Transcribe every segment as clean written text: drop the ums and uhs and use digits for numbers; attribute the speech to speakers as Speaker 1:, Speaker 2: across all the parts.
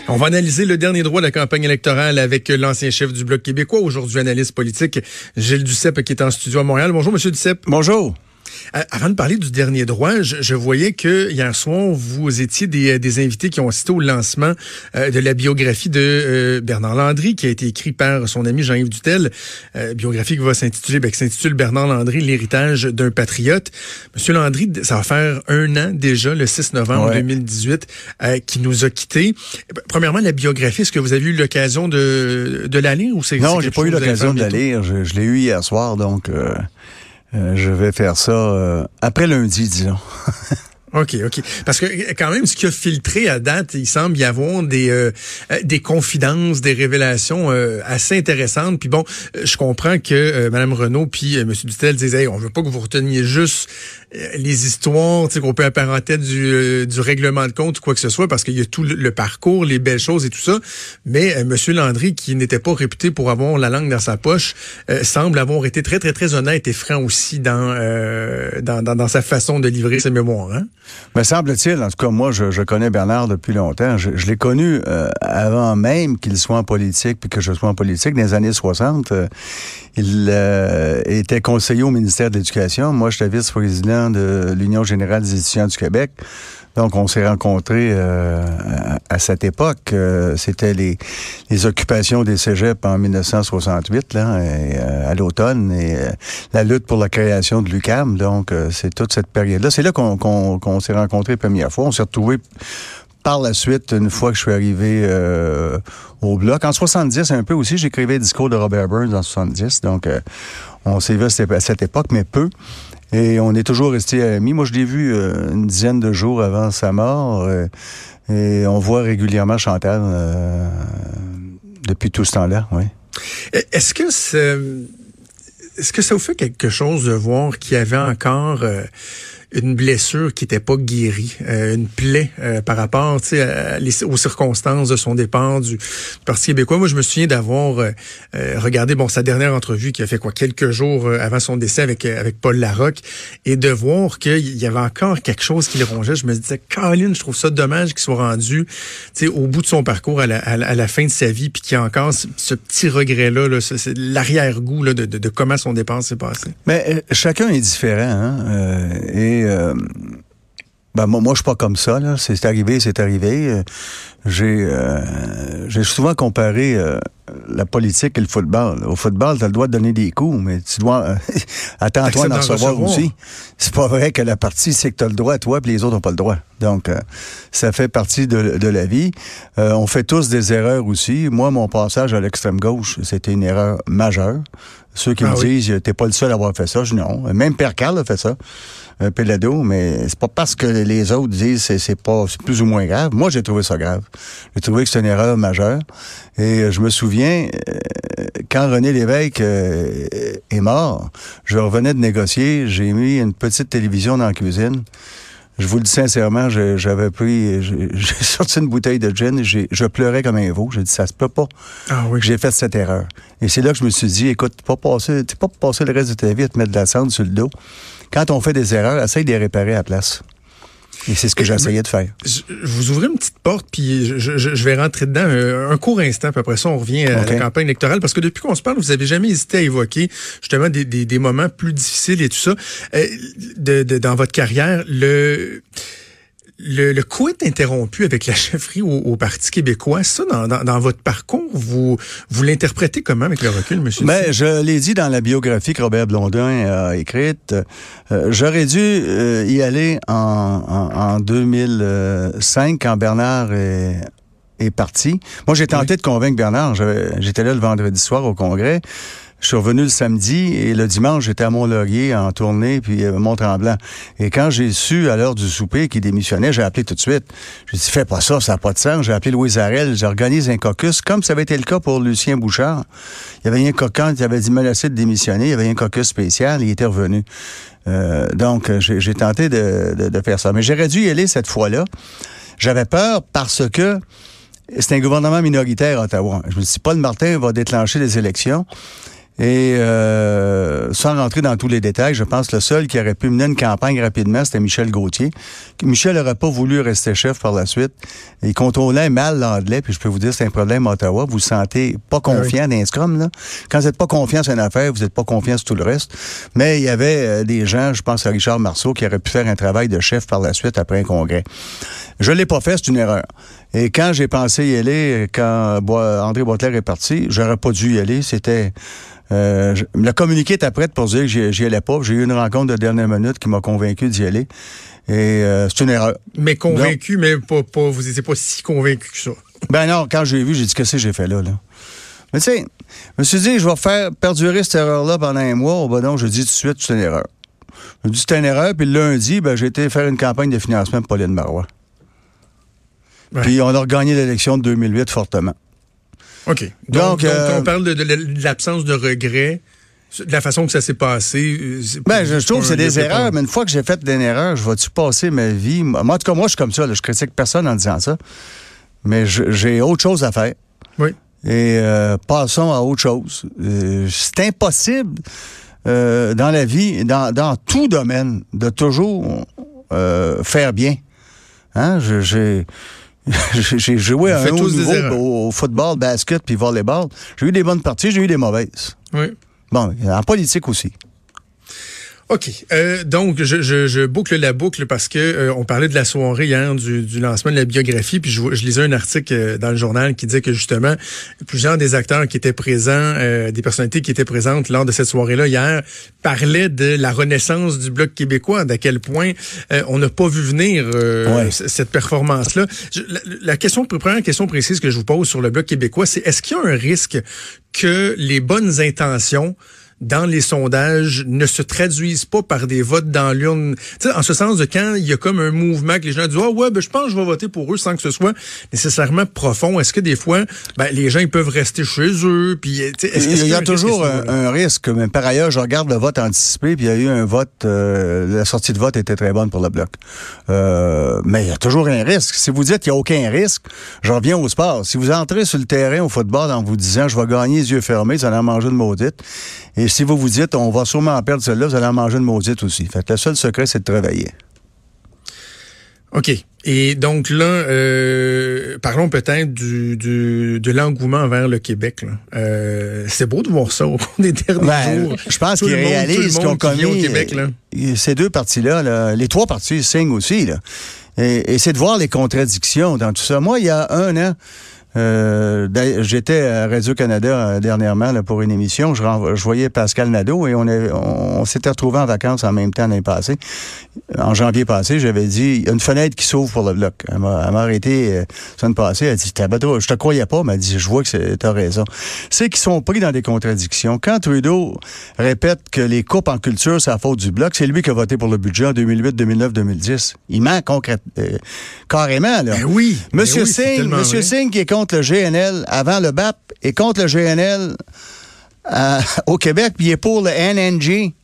Speaker 1: On va analyser le dernier droit de la campagne électorale avec l'ancien chef du Bloc québécois, aujourd'hui analyste politique, Gilles Duceppe, qui est en studio à Montréal. Bonjour, Monsieur Duceppe.
Speaker 2: Bonjour.
Speaker 1: Avant de parler du dernier droit, je voyais que hier soir, vous étiez des invités qui ont assisté au lancement de la biographie de Bernard Landry, qui a été écrite par son ami Jean-Yves Dutel, biographie qui s'intitule Bernard Landry, l'héritage d'un patriote. Monsieur Landry, ça va faire 1 an déjà, le 6 novembre 2018, qui nous a quittés. Premièrement, la biographie, est-ce que vous avez eu l'occasion de la lire ou c'est
Speaker 2: Non, j'ai pas eu l'occasion de la lire. Je l'ai eu hier soir, donc je vais faire ça après lundi, disons.
Speaker 1: OK. Parce que quand même, ce qui a filtré à date, il semble y avoir des confidences, des révélations assez intéressantes. Puis bon, je comprends que Mme Renaud puis M. Dutel disent hey, on veut pas que vous reteniez juste les histoires qu'on peut apparenter du règlement de compte ou quoi que ce soit, parce qu'il y a tout le parcours, les belles choses et tout ça. Mais M. Landry, qui n'était pas réputé pour avoir la langue dans sa poche, semble avoir été très, très, très honnête et franc aussi dans sa façon de livrer ses mémoires. Hein?
Speaker 2: Me semble-t-il, en tout cas, moi, je connais Bernard depuis longtemps. Je l'ai connu avant même qu'il soit en politique, puis que je sois en politique, dans les années 60. Il était conseiller au ministère de l'Éducation. Moi, j'étais vice-président de l'Union générale des étudiants du Québec. Donc, on s'est rencontrés à cette époque. C'était les occupations des cégeps en 1968, là, à l'automne, et la lutte pour la création de l'UQAM. Donc, c'est toute cette période-là. C'est là qu'on s'est rencontrés la première fois. On s'est retrouvés par la suite, une fois que je suis arrivé au Bloc. En 70, un peu aussi, j'écrivais le discours de Robert Burns en 70. Donc, on s'est vu à cette époque, mais peu. Et on est toujours restés amis. Moi, je l'ai vu une dizaine de jours avant sa mort. Et on voit régulièrement Chantal depuis tout ce temps-là, oui.
Speaker 1: Est-ce que ça vous fait quelque chose de voir qu'il y avait encore une blessure qui n'était pas guérie, une plaie par rapport aux circonstances de son départ du Parti québécois. Moi, je me souviens d'avoir regardé sa dernière entrevue qui a fait quelques jours avant son décès avec Paul Larocque, et de voir qu'il y avait encore quelque chose qui le rongeait. Je me disais, Colin, je trouve ça dommage qu'il soit rendu au bout de son parcours à la fin de sa vie, puis qu'il y a encore ce petit regret-là, c'est l'arrière-goût là, de comment son départ s'est passé.
Speaker 2: Mais chacun est différent, hein? Moi, je suis pas comme ça, là. C'est arrivé. J'ai souvent comparé la politique et le football. Au football, tu as le droit de donner des coups, mais tu dois attends-toi d'en recevoir aussi. C'est pas vrai que la partie, c'est que tu as le droit, toi, puis les autres n'ont pas le droit. Donc, ça fait partie de la vie. On fait tous des erreurs aussi. Moi, mon passage à l'extrême gauche, c'était une erreur majeure. Ceux qui me disent, t'es pas le seul à avoir fait ça, je dis non. Même Pierre Carl a fait ça, Pelado, mais c'est pas parce que les autres disent c'est plus ou moins grave. Moi, j'ai trouvé ça grave. J'ai trouvé que c'est une erreur majeure. Et je me souviens, quand René Lévesque est mort, je revenais de négocier, j'ai mis une petite télévision dans la cuisine. Je vous le dis sincèrement, j'ai sorti une bouteille de gin et je pleurais comme un veau. J'ai dit, ça se peut pas.
Speaker 1: Ah oui.
Speaker 2: J'ai fait cette erreur. Et c'est là que je me suis dit, écoute, t'es pas passer le reste de ta vie à te mettre de la cendre sur le dos. Quand on fait des erreurs, essaye de les réparer à la place. Et c'est ce que j'essayais de faire.
Speaker 1: Vous ouvrez une petite porte, puis je vais rentrer dedans un court instant, puis après ça, on revient à la campagne électorale, parce que depuis qu'on se parle, vous avez jamais hésité à évoquer justement des moments plus difficiles et tout ça dans votre carrière. Le coup est interrompu avec la chefferie au Parti québécois. Ça, dans votre parcours, vous l'interprétez comment avec le recul, monsieur?
Speaker 2: Je l'ai dit dans la biographie que Robert Blondin a écrite. J'aurais dû y aller en 2005 quand Bernard est parti. Moi, j'ai tenté de convaincre Bernard. J'étais là le vendredi soir au Congrès. Je suis revenu le samedi et le dimanche, j'étais à Mont-Laurier en tournée, puis Mont-Tremblant. Et quand j'ai su, à l'heure du souper, qu'il démissionnait, j'ai appelé tout de suite. J'ai dit, fais pas ça, ça n'a pas de sens. J'ai appelé Louise Arel, j'organise un caucus, comme ça avait été le cas pour Lucien Bouchard. Il y avait un caucus, il avait dit menacé de démissionner, il y avait un caucus spécial, il était revenu. Donc, j'ai tenté de faire ça. Mais j'aurais dû y aller cette fois-là. J'avais peur parce que c'est un gouvernement minoritaire à Ottawa. Je me suis dit, Paul Martin va déclencher les élections. Et sans rentrer dans tous les détails, je pense que le seul qui aurait pu mener une campagne rapidement, c'était Michel Gauthier. Michel n'aurait pas voulu rester chef par la suite. Il contrôlait mal l'anglais, puis je peux vous dire, c'est un problème à Ottawa. Vous vous sentez pas confiant dans un scrum, là. Quand vous n'êtes pas confiant sur une affaire, vous n'êtes pas confiant sur tout le reste. Mais il y avait des gens, je pense à Richard Marceau, qui auraient pu faire un travail de chef par la suite après un congrès. Je l'ai pas fait, c'est une erreur. Et quand j'ai pensé y aller, quand André Boisclair est parti, j'aurais pas dû y aller. C'était... le communiqué était prêt pour dire que j'y allais pas. J'ai eu une rencontre de dernière minute qui m'a convaincu d'y aller. Et c'est une erreur.
Speaker 1: Mais convaincu, donc, mais pas vous n'étiez pas si convaincu que ça. Ben
Speaker 2: non, quand j'ai vu, j'ai dit, qu'est-ce que j'ai fait là? Mais tu sais, je me suis dit, je vais faire perdurer cette erreur-là pendant un mois. Oh, ben non, je dis tout de suite, c'est une erreur. Je dis, c'est une erreur. Puis le lundi, j'ai été faire une campagne de financement pour Pauline Marois. Ouais. Puis on a regagné l'élection de 2008 fortement.
Speaker 1: OK. Donc on parle de l'absence de regret, de la façon que ça s'est passé.
Speaker 2: Je trouve que c'est des erreurs, mais une fois que j'ai fait une erreur, je vais-tu passer ma vie? Moi, en tout cas, moi, je suis comme ça. Là, je critique personne en disant ça. Mais j'ai autre chose à faire.
Speaker 1: Oui.
Speaker 2: Et passons à autre chose. C'est impossible dans la vie, dans tout domaine, de toujours faire bien. Hein? J'ai joué à un haut niveau au football, basket puis volleyball. J'ai eu des bonnes parties, j'ai eu des mauvaises.
Speaker 1: Oui.
Speaker 2: Bon, en politique aussi.
Speaker 1: OK. Donc, je boucle la boucle parce que on parlait de la soirée hier du lancement de la biographie, puis je lisais un article dans le journal qui disait que justement, plusieurs des acteurs qui étaient présents, des personnalités qui étaient présentes lors de cette soirée-là hier, parlaient de la renaissance du Bloc québécois, d'à quel point on n'a pas vu venir cette performance-là. La première question précise que je vous pose sur le Bloc québécois, c'est est-ce qu'il y a un risque que les bonnes intentions dans les sondages ne se traduisent pas par des votes dans l'urne. Tu sais, en ce sens de quand il y a comme un mouvement que les gens disent je pense que je vais voter pour eux sans que ce soit nécessairement profond. Est-ce que des fois, les gens ils peuvent rester chez eux? Puis,
Speaker 2: il y a toujours un risque. Mais par ailleurs, je regarde le vote anticipé, puis il y a eu un vote. La sortie de vote était très bonne pour le Bloc. Mais il y a toujours un risque. Si vous dites qu'il n'y a aucun risque, je reviens au sport. Si vous entrez sur le terrain au football en vous disant je vais gagner les yeux fermés, vous allez en manger une maudite. Et si vous vous dites, on va sûrement en perdre celle-là, vous allez en manger une maudite aussi. Fait que le seul secret, c'est de travailler.
Speaker 1: OK. Et donc là, parlons peut-être de l'engouement vers le Québec. C'est beau de voir ça au cours des derniers jours.
Speaker 2: Je pense qu'ils réalisent qu'ils ont commis
Speaker 1: au Québec, là.
Speaker 2: Ces deux partis-là, les trois partis signent aussi. Là. Et c'est de voir les contradictions dans tout ça. Moi, il y a un an, j'étais à Radio-Canada dernièrement là, pour une émission. Je voyais Pascal Nadeau et on s'était retrouvés en vacances en même temps l'année passée. En janvier passé, j'avais dit, il y a une fenêtre qui s'ouvre pour le Bloc. Elle m'a arrêté la semaine passée. Elle a dit, je te croyais pas. Elle m'a dit, je vois que t'as raison. C'est qu'ils sont pris dans des contradictions. Quand Trudeau répète que les coupes en culture, c'est la faute du Bloc, c'est lui qui a voté pour le budget en 2008, 2009, 2010. Il ment carrément, là.
Speaker 1: Ben oui.
Speaker 2: Monsieur Singh qui est contre le GNL avant le BAP et contre le GNL au Québec, puis il est pour le NNG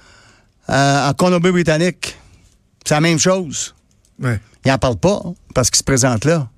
Speaker 2: en Colombie-Britannique. C'est la même chose.
Speaker 1: Ouais.
Speaker 2: Il n'en parle pas parce qu'il se présente là.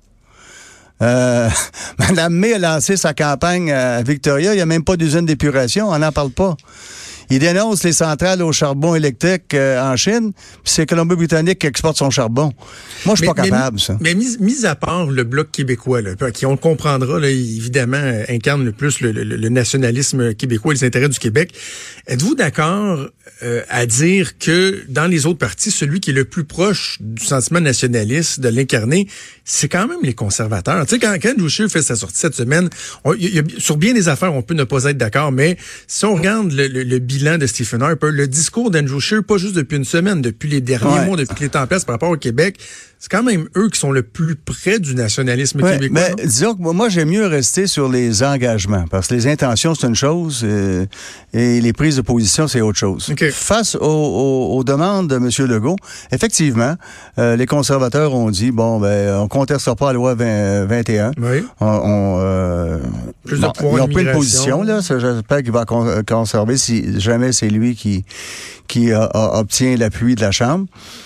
Speaker 2: Mme May a lancé sa campagne à Victoria. Il n'y a même pas d'usine d'épuration. On n'en parle pas. Il dénonce les centrales au charbon électrique en Chine, puis c'est Colombie-Britannique qui exporte son charbon. Moi, je suis pas capable, ça.
Speaker 1: Mais mis à part le Bloc québécois, là, qui, on le comprendra, là, évidemment, incarne le plus le nationalisme québécois et les intérêts du Québec, êtes-vous d'accord à dire que dans les autres partis, celui qui est le plus proche du sentiment nationaliste, de l'incarner, c'est quand même les conservateurs. Tu sais, quand Andrew Scheer fait sa sortie cette semaine, sur bien des affaires, on peut ne pas être d'accord, mais si on regarde le bilan de Stephen Harper, le discours d'Andrew Scheer, pas juste depuis une semaine, depuis les derniers mois, depuis que les tempêtes par rapport au Québec, c'est quand même eux qui sont le plus près du nationalisme québécois.
Speaker 2: Mais disons que moi, j'aime mieux rester sur les engagements, parce que les intentions, c'est une chose, et les prises de position, c'est autre chose.
Speaker 1: Okay.
Speaker 2: Face aux demandes de M. Legault, effectivement, les conservateurs ont dit, on contestera pas la loi 21.
Speaker 1: Oui. Plus de pouvoir
Speaker 2: ils ont pris une position, là. J'espère qu'il va conserver si jamais c'est lui qui obtient l'appui de la Chambre.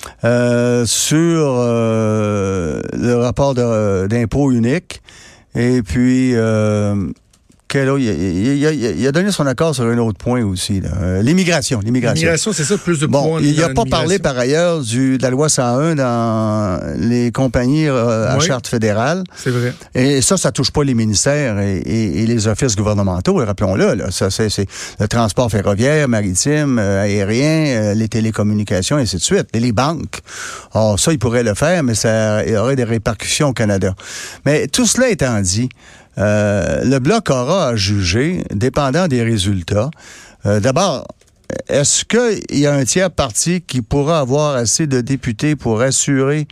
Speaker 2: Sur le rapport d'impôt unique. Et puis, quel autre? Il a donné son accord sur un autre point aussi. Là. L'immigration.
Speaker 1: L'immigration, c'est ça, plus de pouvoir.
Speaker 2: Il n'a pas parlé par ailleurs de la loi 101 dans les compagnies à charte fédérale.
Speaker 1: C'est vrai.
Speaker 2: Et ça touche pas les ministères et les offices gouvernementaux, rappelons-le. Là. Ça, c'est le transport ferroviaire, maritime, aérien, les télécommunications, et ainsi de suite. Et les banques. Alors, ça, il pourrait le faire, mais ça aurait des répercussions au Canada. Mais tout cela étant dit, le Bloc aura à juger, dépendant des résultats. D'abord, est-ce qu'il y a un tiers parti qui pourra avoir assez de députés pour assurer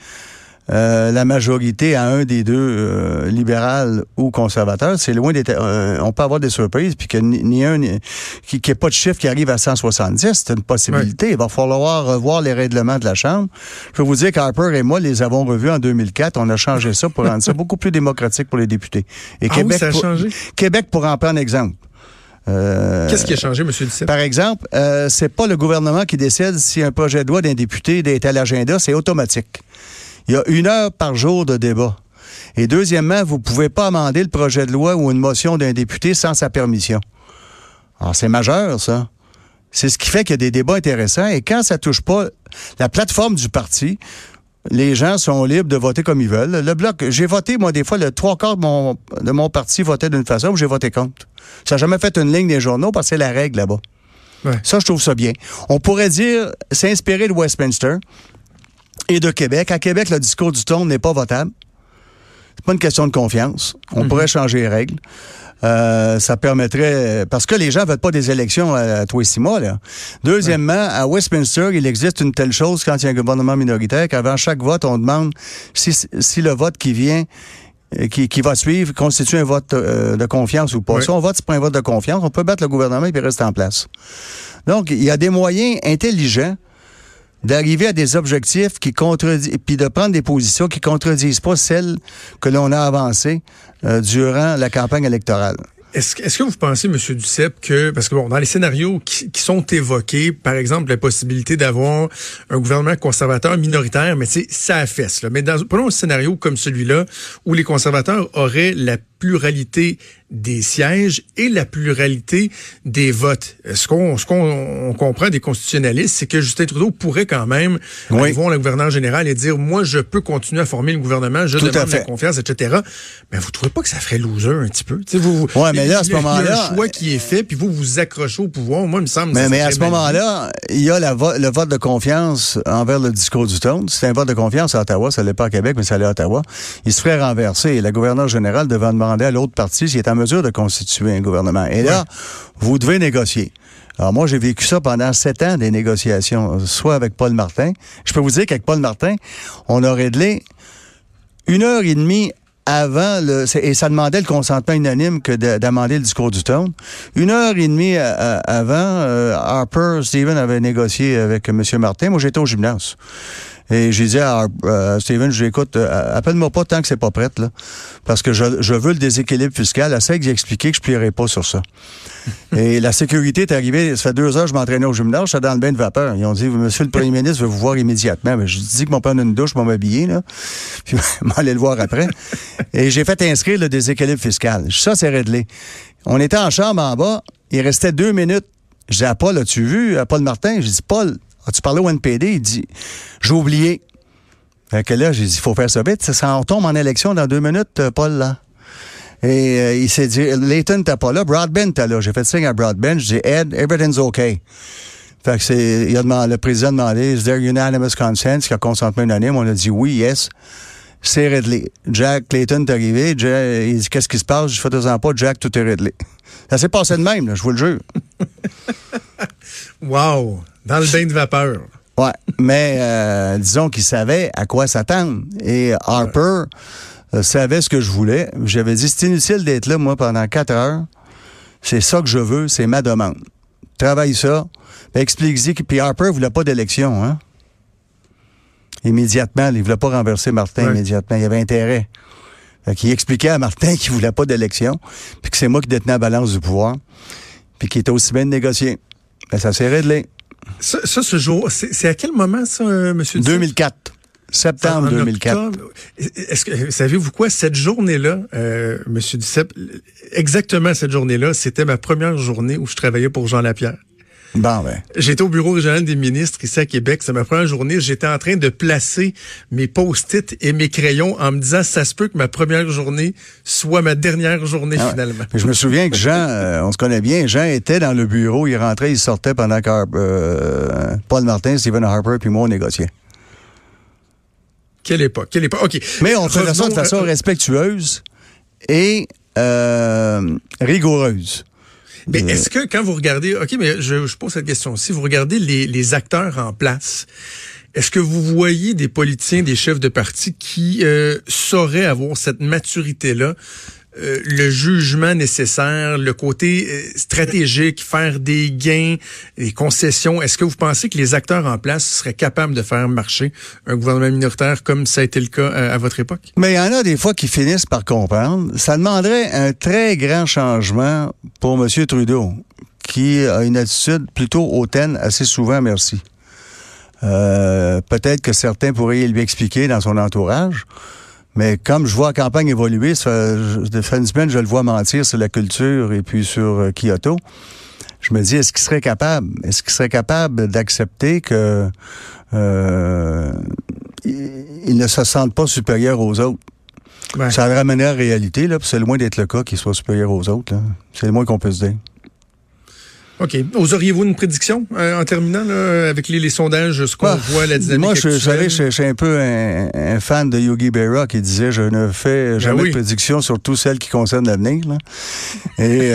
Speaker 2: la majorité à un des deux, libéral ou conservateur? C'est loin d'être... on peut avoir des surprises, puis qu'il n'y ait pas de chiffre qui arrive à 170, c'est une possibilité. Oui. Il va falloir revoir les règlements de la Chambre. Je peux vous dire qu'Harper et moi les avons revus en 2004. On a changé ça pour rendre ça beaucoup plus démocratique pour les députés. Et Québec,
Speaker 1: ça a changé?
Speaker 2: Québec pourra en prendre exemple.
Speaker 1: Qu'est-ce qui a changé, M. Duceppe?
Speaker 2: Par exemple, c'est pas le gouvernement qui décide si un projet de loi d'un député est à l'agenda, c'est automatique. Il y a 1 heure par jour de débat. Et deuxièmement, vous ne pouvez pas amender le projet de loi ou une motion d'un député sans sa permission. Alors, c'est majeur, ça. C'est ce qui fait qu'il y a des débats intéressants. Et quand ça touche pas la plateforme du parti, les gens sont libres de voter comme ils veulent. Le Bloc, j'ai voté, moi, des fois, le 3/4 de mon parti votait d'une façon où j'ai voté contre. Ça n'a jamais fait une ligne des journaux parce que c'est la règle là-bas. Ouais. Ça, je trouve ça bien. On pourrait dire, s'inspirer de Westminster et de Québec. À Québec, le discours du ton n'est pas votable. C'est pas une question de confiance. On pourrait changer les règles. Ça permettrait... Parce que les gens ne votent pas des élections à tous les 6 mois. Là. Deuxièmement, à Westminster, il existe une telle chose quand il y a un gouvernement minoritaire qu'avant chaque vote, on demande si le vote qui vient... Qui va suivre constitue un vote de confiance ou pas. Oui. Si on vote, c'est pas un vote de confiance, on peut battre le gouvernement et puis rester en place. Donc, il y a des moyens intelligents d'arriver à des objectifs qui contredisent, puis de prendre des positions qui contredisent pas celles que l'on a avancées durant la campagne électorale.
Speaker 1: Est-ce que vous pensez, M. Duceppe, que, parce que bon, dans les scénarios qui sont évoqués, par exemple, la possibilité d'avoir un gouvernement conservateur minoritaire, mais tu sais, ça affaisse, là. Mais prenons un scénario comme celui-là, où les conservateurs auraient la pluralité des sièges et la pluralité des votes. Ce qu'on comprend des constitutionnalistes, c'est que Justin Trudeau pourrait quand même aller voir le gouverneur général et dire, moi, je peux continuer à former le gouvernement, je demande la confiance, etc. Mais vous trouvez pas que ça ferait loser un petit peu?
Speaker 2: Mais là, à ce moment-là...
Speaker 1: Il y a un choix qui est fait, puis vous vous accrochez au pouvoir. Moi, il me semble...
Speaker 2: Mais à ce moment-là, il y a le vote de confiance envers le discours du ton. C'est un vote de confiance à Ottawa, ça l'est pas à Québec, mais ça l'est à Ottawa. Il se ferait renverser et le gouverneur général devait demander à l'autre parti s'il est en mesure de constituer un gouvernement. Et là, vous devez négocier. Alors moi, j'ai vécu ça pendant 7 ans, des négociations, soit avec Paul Martin. Je peux vous dire qu'avec Paul Martin, on a réglé 1h30 avant, et ça demandait le consentement unanime que d'amender le discours du ton. 1h30 avant, Harper, Stephen avait négocié avec M. Martin. Moi, j'étais au gymnase. Et j'ai dit à Stephen, je lui écoute, appelle-moi pas tant que c'est pas prête, là. Parce que je veux le déséquilibre fiscal. Essaye d'y expliquer que je plierai pas sur ça. Et la sécurité est arrivée, ça fait 2 heures, je m'entraînais au gymnase, j'étais dans le bain de vapeur. Ils ont dit, monsieur le premier ministre veut vous voir immédiatement. Mais je dis que mon prendre une douche, je vais m'habiller, là. Puis, m'aller le voir après. Et j'ai fait inscrire le déséquilibre fiscal. Ça, c'est réglé. On était en chambre en bas. Il restait 2 minutes. Je dis à Paul, as-tu vu, à Paul Martin? J'ai dit, Paul, as-tu parlé au NPD? Il dit, j'ai oublié. Fait que là, j'ai dit, il faut faire ça vite. Ça on tombe en élection dans 2 minutes, Paul, là. Et il s'est dit, Layton t'es pas là, Broadbent t'es là. J'ai fait signe à Broadbent, je dis, Ed, everything's okay. Fait que le président a demandé, is there unanimous consent? Qu'il y a consentement unanime. On a dit oui, yes. C'est réglé. Jack Clayton est arrivé. Jack, il dit, qu'est-ce qui se passe? Je fais-en pas, Jack, tout est réglé. Ça s'est passé de même, là, je vous le jure.
Speaker 1: Wow! Dans le bain de vapeur.
Speaker 2: Ouais, mais disons qu'il savait à quoi s'attendre. Et Harper savait ce que je voulais. J'avais dit, c'est inutile d'être là, moi, pendant 4 heures. C'est ça que je veux, c'est ma demande. Travaille ça. Explique-y. Puis Harper voulait pas d'élection, hein? Immédiatement, il voulait pas renverser Martin immédiatement. Il avait intérêt. Fait qu'il expliquait à Martin qu'il voulait pas d'élection, puis que c'est moi qui détenais la balance du pouvoir, puis qu'il était aussi bien de négocier. Ben, ça s'est réglé.
Speaker 1: Ça, ce jour, c'est à quel moment, ça, M.
Speaker 2: 2004. Septembre 2004.
Speaker 1: Savez-vous quoi? Cette journée-là, Monsieur Duceppe, exactement cette journée-là, c'était ma première journée où je travaillais pour Jean Lapierre.
Speaker 2: Bon, ben.
Speaker 1: J'étais au bureau régional des ministres ici à Québec. C'est ma première journée. J'étais en train de placer mes post-it et mes crayons en me disant, ça se peut que ma première journée soit ma dernière journée finalement.
Speaker 2: Je me souviens que Jean, on se connaît bien, Jean était dans le bureau, il rentrait, il sortait pendant que Paul Martin, Stephen Harper puis moi, on négociait.
Speaker 1: Quelle époque. OK.
Speaker 2: Mais on faisait ça de façon respectueuse et rigoureuse.
Speaker 1: Mais est-ce que quand vous regardez, OK, mais je pose cette question aussi, vous regardez les acteurs en place, est-ce que vous voyez des politiciens, des chefs de parti qui sauraient avoir cette maturité-là, le jugement nécessaire, le côté stratégique, faire des gains, des concessions? Est-ce que vous pensez que les acteurs en place seraient capables de faire marcher un gouvernement minoritaire comme ça a été le cas à votre époque?
Speaker 2: Mais il y en a des fois qui finissent par comprendre. Ça demanderait un très grand changement pour M. Trudeau, qui a une attitude plutôt hautaine assez souvent, merci. Peut-être que certains pourraient lui expliquer dans son entourage. Mais comme je vois la campagne évoluer, ça fait une semaine, je le vois mentir sur la culture et puis sur Kyoto. Je me dis, est-ce qu'il serait capable d'accepter que il ne se sente pas supérieur aux autres? Ouais. Ça le ramènerait à la réalité, là, puis c'est loin d'être le cas qu'il soit supérieur aux autres, là. C'est le moins qu'on peut se dire.
Speaker 1: OK. Oseriez-vous une prédiction en terminant là, avec les sondages, ce qu'on voit, la dynamique
Speaker 2: moi,
Speaker 1: actuelle?
Speaker 2: Je suis un peu un fan de Yogi Berra qui disait « Je ne fais jamais de prédiction, surtout celles qui concernent l'avenir. » Et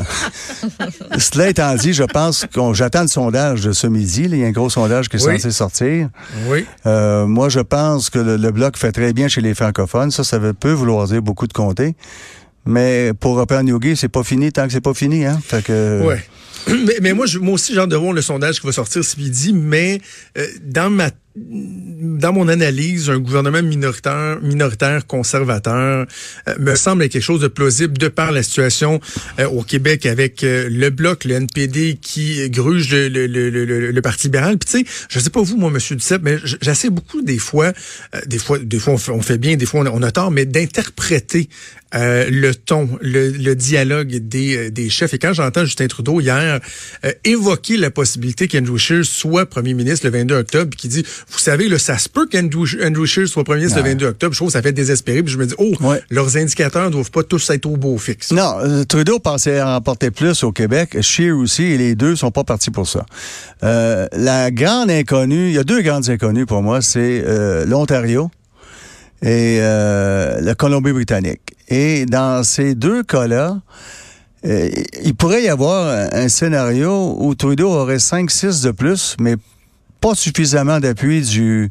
Speaker 2: cela étant dit, je pense j'attends le sondage de ce midi. Là. Il y a un gros sondage qui est censé sortir.
Speaker 1: Oui.
Speaker 2: Moi, je pense que le Bloc fait très bien chez les francophones. Ça peut vouloir dire beaucoup de comtés. Mais pour reprendre Yogi, c'est pas fini tant que c'est pas fini. Hein? Fait que...
Speaker 1: Ouais. Mais moi aussi, j'ai hâte de voir le sondage qui va sortir ce midi, mais dans mon analyse, un gouvernement minoritaire conservateur me semble être quelque chose de plausible de par la situation au Québec avec le Bloc, le NPD qui gruge le Parti libéral. Puis tu sais, je sais pas vous, moi, Monsieur Duceppe, mais j'essaie beaucoup des fois on fait bien, des fois on a tort, mais d'interpréter le ton, le dialogue des chefs. Et quand j'entends Justin Trudeau hier évoquer la possibilité qu'Andrew Scheer soit premier ministre le 22 octobre, qui dit, vous savez, là, ça se peut qu'Andrew Scheer soit premier ministre le 22 octobre. Je trouve que ça fait désespéré. Puis je me dis, leurs indicateurs ne doivent pas tous être au beau fixe.
Speaker 2: Non, Trudeau pensait remporter plus au Québec. Scheer aussi, et les deux sont pas partis pour ça. La grande inconnue, il y a deux grandes inconnues pour moi, c'est l'Ontario et la Colombie-Britannique. Et dans ces deux cas-là, il pourrait y avoir un scénario où Trudeau aurait 5-6 de plus, mais pas suffisamment d'appui du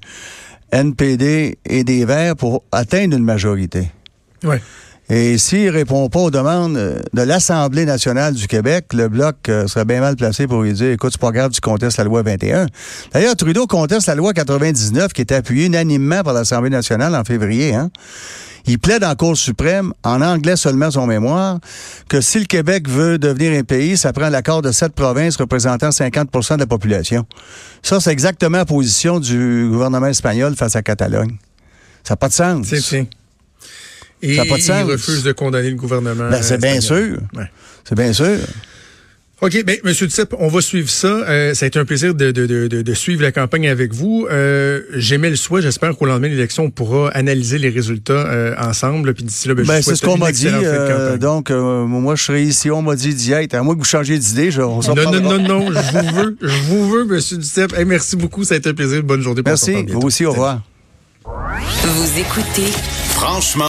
Speaker 2: NPD et des Verts pour atteindre une majorité.
Speaker 1: Ouais.
Speaker 2: Et s'il répond pas aux demandes de l'Assemblée nationale du Québec, le Bloc serait bien mal placé pour lui dire, écoute, c'est pas grave, tu contestes la loi 21. D'ailleurs, Trudeau conteste la loi 99 qui était appuyée unanimement par l'Assemblée nationale en février, hein. Il plaide en Cour suprême, en anglais seulement son mémoire, que si le Québec veut devenir un pays, ça prend l'accord de 7 provinces représentant 50% de la population. Ça, c'est exactement la position du gouvernement espagnol face à Catalogne. Ça n'a pas de sens.
Speaker 1: C'est et ça n'a pas de sens. Il refuse de condamner le gouvernement.
Speaker 2: Ben, c'est bien sûr.
Speaker 1: Ouais.
Speaker 2: C'est bien sûr.
Speaker 1: OK, ben Monsieur Duceppe, on va suivre ça. Ça a été un plaisir de suivre la campagne avec vous. J'émets le souhait, j'espère qu'au lendemain de l'élection, on pourra analyser les résultats ensemble. Puis d'ici là,
Speaker 2: c'est ce qu'on m'a dit. Donc, moi, je serai ici. On m'a dit d'y être. À moins que vous changiez d'idée, on s'en parlera.
Speaker 1: Non, je vous veux, Monsieur Duceppe. Hey, merci beaucoup, ça a été un plaisir. Bonne journée.
Speaker 2: Merci. Vous aussi, au revoir.
Speaker 3: Vous écoutez Franchement.